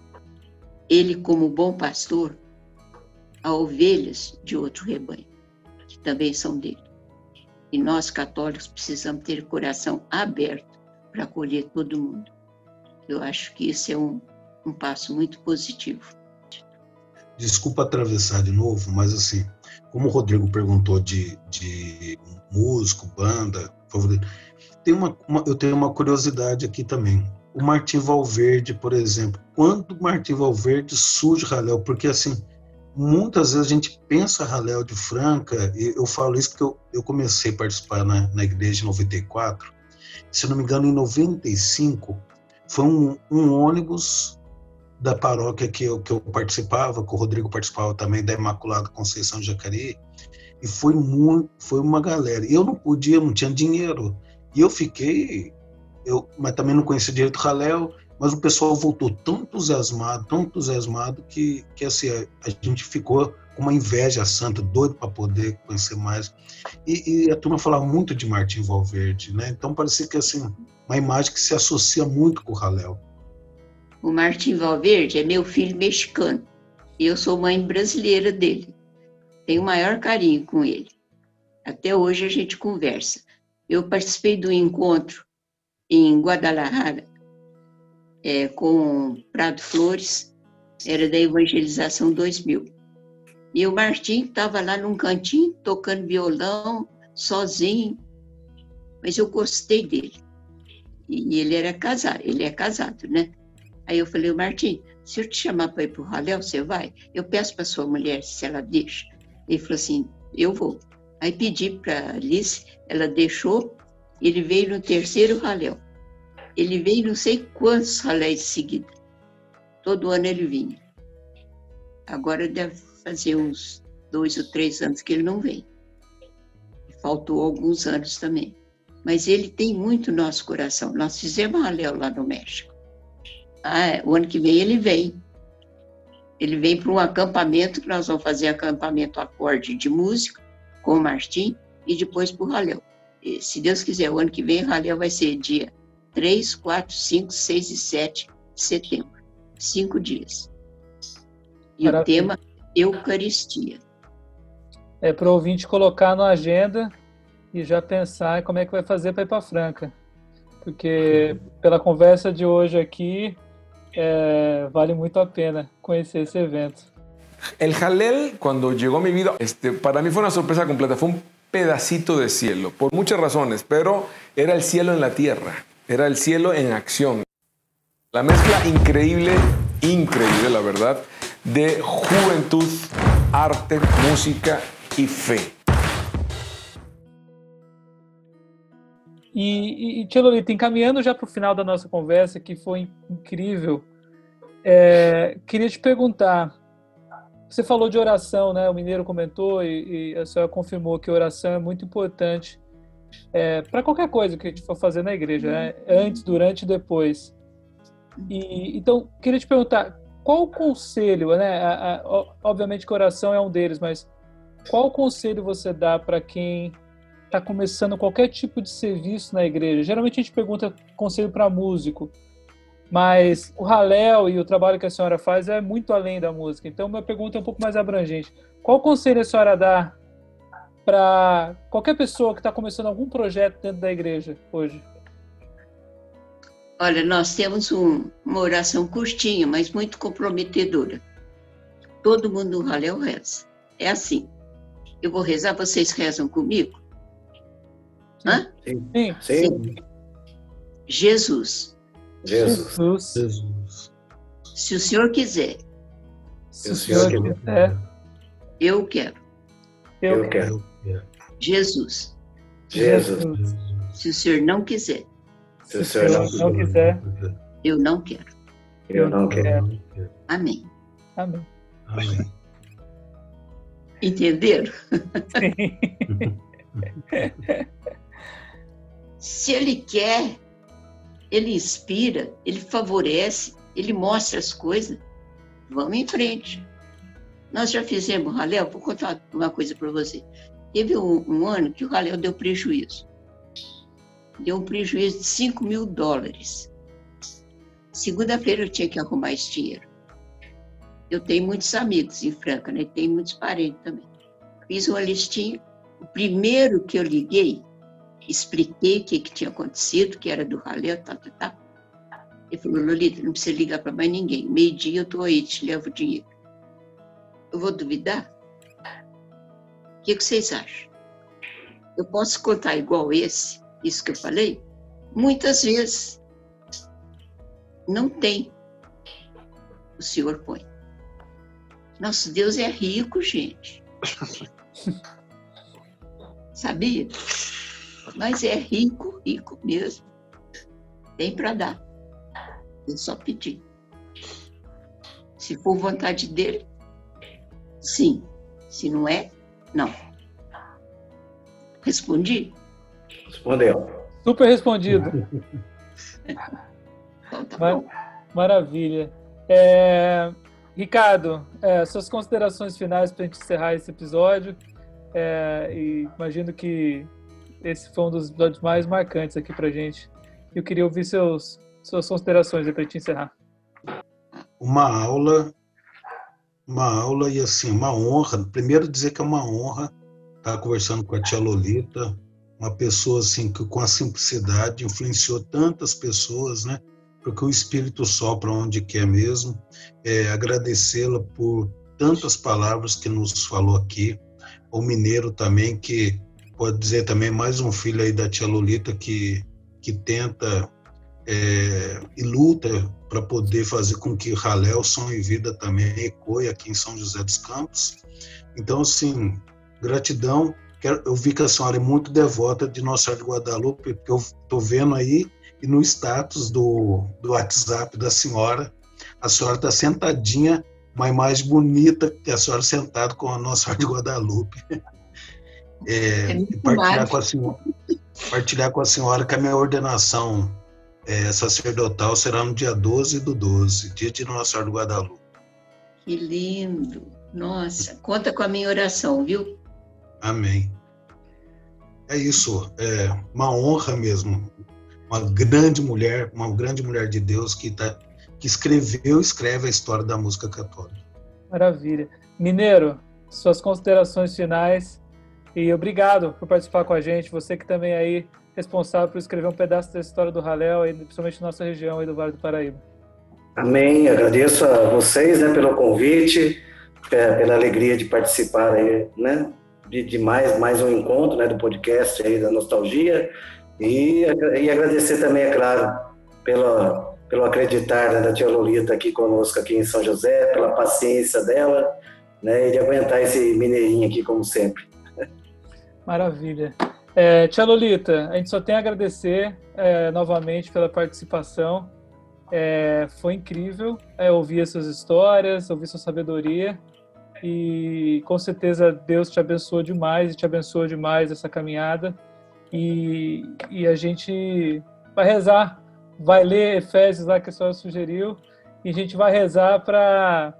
ele como bom pastor, há ovelhas de outro rebanho, que também são dele. E nós, católicos, precisamos ter o coração aberto para acolher todo mundo. Eu acho que isso é um, um passo muito positivo.
Desculpa atravessar de novo, mas assim, como o Rodrigo perguntou de, de músico, banda, favorito, tem uma, uma, eu tenho uma curiosidade aqui também. O Martim Valverde, por exemplo, quando o Martim Valverde surge Halel? Porque assim, muitas vezes a gente pensa Halel de Franca, e eu falo isso porque eu, eu comecei a participar na, na igreja em noventa e quatro, se não me engano em noventa e cinco, foi um, um ônibus da paróquia que eu, que eu participava, que o Rodrigo participava também, da Imaculada Conceição de Jacareí, e foi, muito, foi uma galera. E eu não podia, não tinha dinheiro. E eu fiquei, eu, mas também não conhecia direito o Halel, mas o pessoal voltou tão entusiasmado, tão entusiasmado, que, que assim, a, a gente ficou com uma inveja santa, doido para poder conhecer mais. E, e a turma falava muito de Martim Valverde, né? Então parecia que assim, uma imagem que se associa muito com o Halel.
O Martim Valverde é meu filho mexicano e eu sou mãe brasileira dele. Tenho o maior carinho com ele. Até hoje a gente conversa. Eu participei do encontro em Guadalajara é, com Prado Flores, era da Evangelização dois mil. E o Martim estava lá num cantinho, tocando violão, sozinho, mas eu gostei dele. E ele era casado, ele é casado, né? Aí eu falei, Martim, se eu te chamar para ir para o Halel, você vai? Eu peço para sua mulher se ela deixa. Ele falou assim, eu vou. Aí pedi para Alice, ela deixou, ele veio no terceiro Halel. Ele veio não sei quantos Haléis de seguida. Todo ano ele vinha. Agora deve fazer uns dois ou três anos que ele não vem. Faltou alguns anos também. Mas ele tem muito no nosso coração. Nós fizemos Halel lá no México. Ah, o ano que vem ele vem. Ele vem para um acampamento, que nós vamos fazer acampamento acorde de música com o Martim e depois para o Halel. E, se Deus quiser, o ano que vem o Halel vai ser dia três, quatro, cinco, seis e sete de setembro. Cinco dias. E Maravilha. O tema Eucaristia.
É para o ouvinte colocar na agenda e já pensar como é que vai fazer para ir para Franca. Porque pela conversa de hoje aqui, é, vale muito a pena conhecer ese evento.
El Halel, cuando llegó a mi vida, este, para mí fue una sorpresa completa. Fue un pedacito de cielo, por muchas razones, pero era el cielo en la tierra, era el cielo en acción. La mezcla increíble, increíble, la verdad, de juventud, arte, música y fe.
E, e Tia Lolita, encaminhando já para o final da nossa conversa, que foi incrível, é, queria te perguntar, você falou de oração, né? O Mineiro comentou e, e a senhora confirmou que oração é muito importante é, para qualquer coisa que a gente for fazer na igreja, né? Antes, durante e depois. E, então, queria te perguntar, qual o conselho, né? A, a, obviamente que a oração é um deles, mas qual o conselho você dá para quem está começando qualquer tipo de serviço na igreja? Geralmente a gente pergunta conselho para músico, mas o Halel e o trabalho que a senhora faz é muito além da música. Então, minha pergunta é um pouco mais abrangente. Qual conselho a senhora dá para qualquer pessoa que está começando algum projeto dentro da igreja hoje?
Olha, nós temos um, uma oração curtinha, mas muito comprometedora. Todo mundo no Halel reza. É assim. Eu vou rezar, vocês rezam comigo? Hã?
Sim.
Sim. Sim. Jesus.
Jesus.
Jesus.
Se o Senhor quiser.
Se o Senhor quiser.
Eu quero.
Eu quero.
Jesus.
Jesus.
Se o Senhor não quiser.
Se o Senhor
não quiser.
Eu não quero.
Eu não quero.
Amém.
Amém.
Amém.
Entenderam?
Sim.
Se ele quer, ele inspira, ele favorece, ele mostra as coisas, vamos em frente. Nós já fizemos Halel, vou contar uma coisa para você. Teve um, um ano que o Halel deu prejuízo. Deu um prejuízo de cinco mil dólares. Segunda-feira eu tinha que arrumar esse dinheiro. Eu tenho muitos amigos em Franca, né? Tenho muitos parentes também. Fiz uma listinha. O primeiro que eu liguei, expliquei o que, que tinha acontecido, que era do Halel, tá, tá, tá. Ele falou, Lolita, não precisa ligar para mais ninguém. Meio-dia eu estou aí, te levo o dinheiro. Eu vou duvidar? O que, que vocês acham? Eu posso contar igual esse, isso que eu falei? Muitas vezes. Não tem. O Senhor põe. Nosso Deus é rico, gente. Sabia? Mas é rico, rico mesmo. Tem para dar. Eu só pedir. Se for vontade dele, sim. Se não é, não. Respondi?
Respondeu.
Super respondido.
Então, tá
Mar-
bom.
Maravilha. É, Ricardo, é, suas considerações finais para a gente encerrar esse episódio. É, e imagino que esse foi um dos episódios mais marcantes aqui para a gente. Eu queria ouvir seus, suas considerações para a gente encerrar.
Uma aula, uma aula e assim, uma honra. Primeiro dizer que é uma honra estar conversando com a tia Lolita, uma pessoa assim que com a simplicidade influenciou tantas pessoas, né? Porque o Espírito sopra onde quer mesmo. É, agradecê-la por tantas palavras que nos falou aqui. O Mineiro também, que pode dizer também mais um filho aí da tia Lolita que, que tenta é, e luta para poder fazer com que Halel, Som e Vida também ecoe aqui em São José dos Campos. Então, assim, gratidão. Eu vi que a senhora é muito devota de Nossa Senhora de Guadalupe, porque eu estou vendo aí, e no status do, do WhatsApp da senhora, a senhora está sentadinha, uma imagem bonita que a senhora sentada com a Nossa Senhora de Guadalupe. É,
É muito
e partilhar,
mágico.
com a senhora, partilhar com a senhora que a minha ordenação é, sacerdotal será no dia doze do doze, dia de Nossa Senhora de Guadalupe.
Que lindo. Nossa, conta com a minha oração, viu?
Amém. É isso, é uma honra mesmo. Uma grande mulher, uma grande mulher de Deus que, tá, que escreveu e escreve a história da música católica.
Maravilha. Mineiro, suas considerações finais e obrigado por participar com a gente. Você que também é aí responsável por escrever um pedaço da história do Halel, aí, principalmente na nossa região aí do Vale do Paraíba.
Amém. Agradeço a vocês, né, pelo convite, pela alegria de participar aí, né, de, de mais, mais um encontro, né, do podcast aí da Nostalgia. E, e agradecer também, é claro, pelo, pelo acreditar, né, da tia Lolita aqui conosco aqui em São José, pela paciência dela, né, e de aguentar esse mineirinho aqui como sempre.
Maravilha. É, tia Lolita, a gente só tem a agradecer é, novamente pela participação. É, foi incrível é, ouvir essas histórias, ouvir sua sabedoria e com certeza Deus te abençoou demais e te abençoou demais essa caminhada. E, e a gente vai rezar, vai ler Efésios lá que a senhora sugeriu, e a gente vai rezar para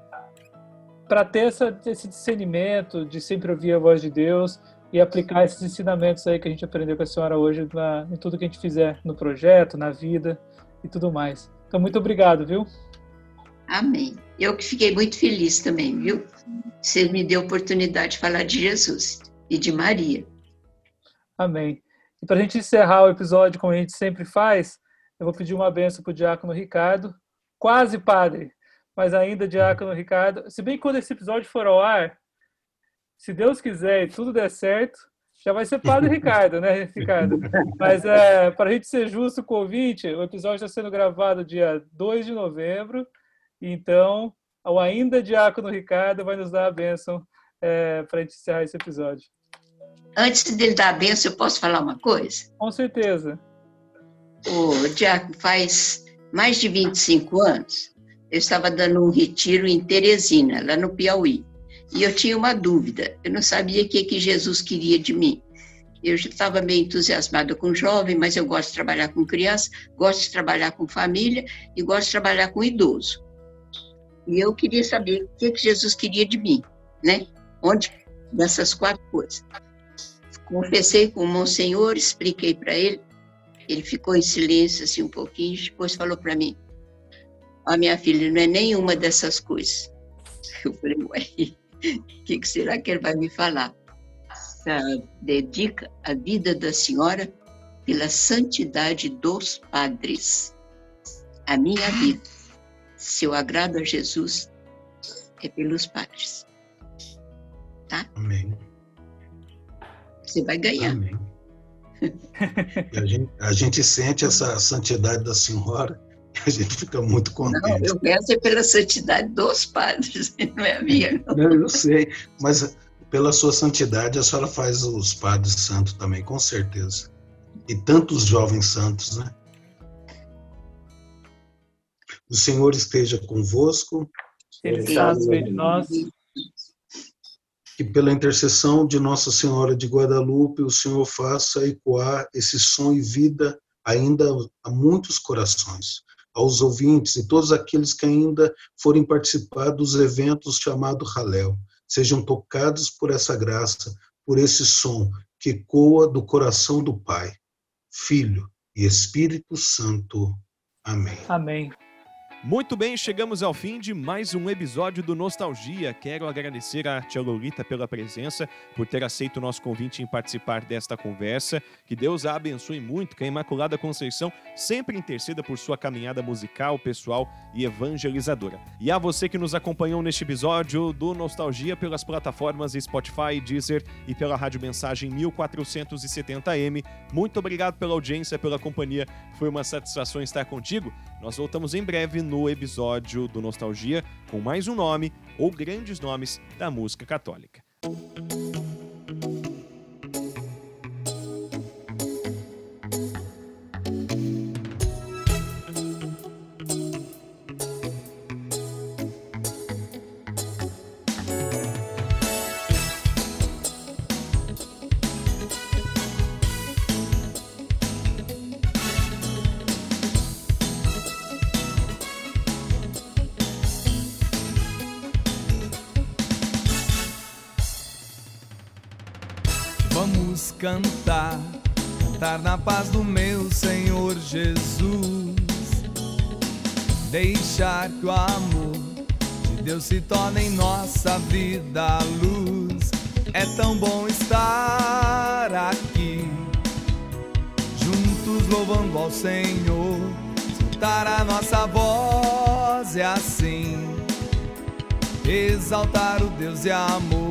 para ter essa, esse discernimento de sempre ouvir a voz de Deus e aplicar esses ensinamentos aí que a gente aprendeu com a senhora hoje na, em tudo que a gente fizer no projeto, na vida e tudo mais. Então, muito obrigado, viu?
Amém. Eu que fiquei muito feliz também, viu? Você me deu a oportunidade de falar de Jesus e de Maria.
Amém. E para a gente encerrar o episódio, como a gente sempre faz, eu vou pedir uma bênção para o diácono Ricardo, quase padre, mas ainda diácono Ricardo. Se bem que quando esse episódio for ao ar, se Deus quiser e tudo der certo, já vai ser padre Ricardo, né, Ricardo? Mas é, para a gente ser justo com o ouvinte, o episódio está sendo gravado dia dois de novembro, então o ainda diácono Ricardo vai nos dar a bênção é, para a gente encerrar esse episódio.
Antes dele dar a benção, eu posso falar uma coisa?
Com certeza.
O diácono, faz mais de vinte e cinco anos, eu estava dando um retiro em Teresina, lá no Piauí. E eu tinha uma dúvida, eu não sabia o que, que Jesus queria de mim. Eu já estava meio entusiasmada com jovem, mas eu gosto de trabalhar com criança, gosto de trabalhar com família e gosto de trabalhar com idoso. E eu queria saber o que, que Jesus queria de mim, né? Onde? Dessas quatro coisas. Confessei com o Monsenhor, expliquei para ele, ele ficou em silêncio assim um pouquinho, depois falou para mim, ó, oh, minha filha, não é nenhuma dessas coisas. Eu falei, ué, o que, que será que ele vai me falar? Uh, dedica a vida da senhora pela santidade dos padres. A minha vida, se eu agrado a Jesus, é pelos padres. Tá?
Amém.
Você vai ganhar.
Amém. E a, gente, a gente sente essa santidade da senhora e a gente fica muito contente.
Não, eu peço pela santidade dos padres, não é a minha. Não.
Não, eu sei, mas pela sua santidade a senhora faz os padres santos também, com certeza. E tantos jovens santos, né? O Senhor esteja convosco.
Ele está no meio de nós.
Que pela intercessão de Nossa Senhora de Guadalupe, o Senhor faça ecoar esse som e vida ainda a muitos corações, aos ouvintes e todos aqueles que ainda forem participar dos eventos chamados Hallel, sejam tocados por essa graça, por esse som que ecoa do coração do Pai, Filho e Espírito Santo. Amém.
Amém.
Muito bem, chegamos ao fim de mais um episódio do Nostalgia. Quero agradecer à tia Lolita pela presença, por ter aceito o nosso convite em participar desta conversa. Que Deus a abençoe muito, que a Imaculada Conceição sempre interceda por sua caminhada musical, pessoal e evangelizadora. E a você que nos acompanhou neste episódio do Nostalgia pelas plataformas Spotify, Deezer e pela Rádio Mensagem mil quatrocentos e setenta M, muito obrigado pela audiência, pela companhia. Foi uma satisfação estar contigo. Nós voltamos em breve no episódio do Nostalgia com mais um nome ou grandes nomes da música católica.
Vamos cantar, cantar na paz do meu Senhor Jesus. Deixar que o amor de Deus se torne em nossa vida a luz. É tão bom estar aqui, juntos louvando ao Senhor. Soltar a nossa voz e assim exaltar o Deus de amor.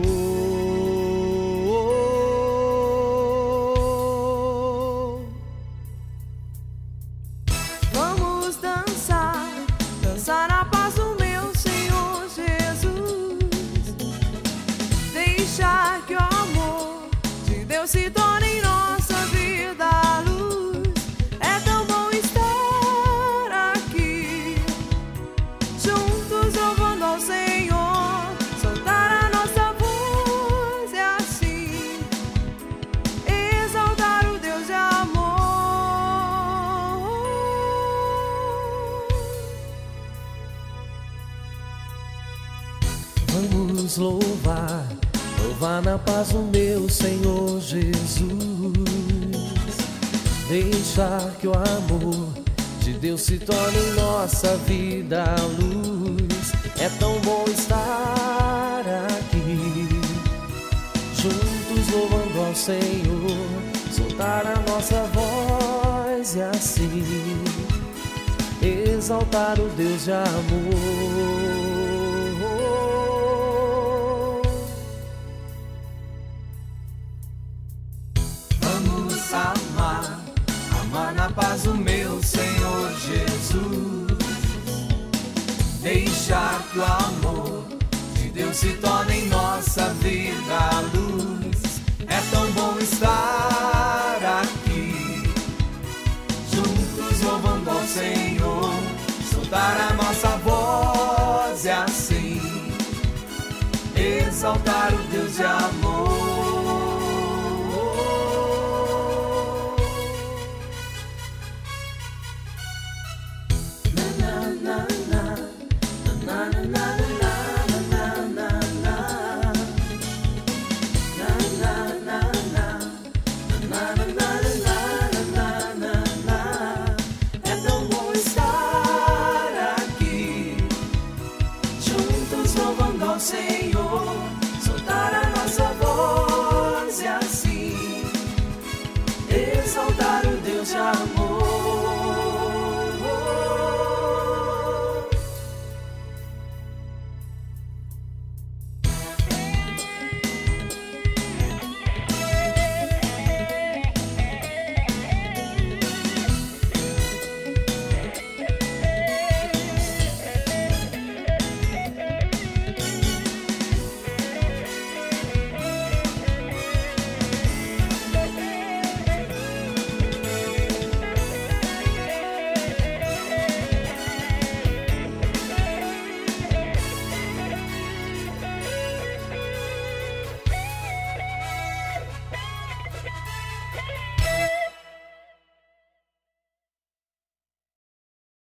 Se torna em nossa vida a luz. É tão bom estar aqui, juntos louvando ao Senhor. Soltar a nossa voz e assim exaltar o Deus de amor.
Vamos louvar, louvar na paz o meu Senhor Jesus. Deixar que o amor de Deus se torne em nossa vida a luz. É tão bom estar aqui, juntos louvando ao Senhor. Soltar a nossa voz e assim exaltar o Deus de amor.
Amar, amar na paz o meu Senhor Jesus. Deixar que o amor de Deus se torne em nossa vida a luz. É tão bom estar aqui, juntos louvando ao Senhor. Soltar a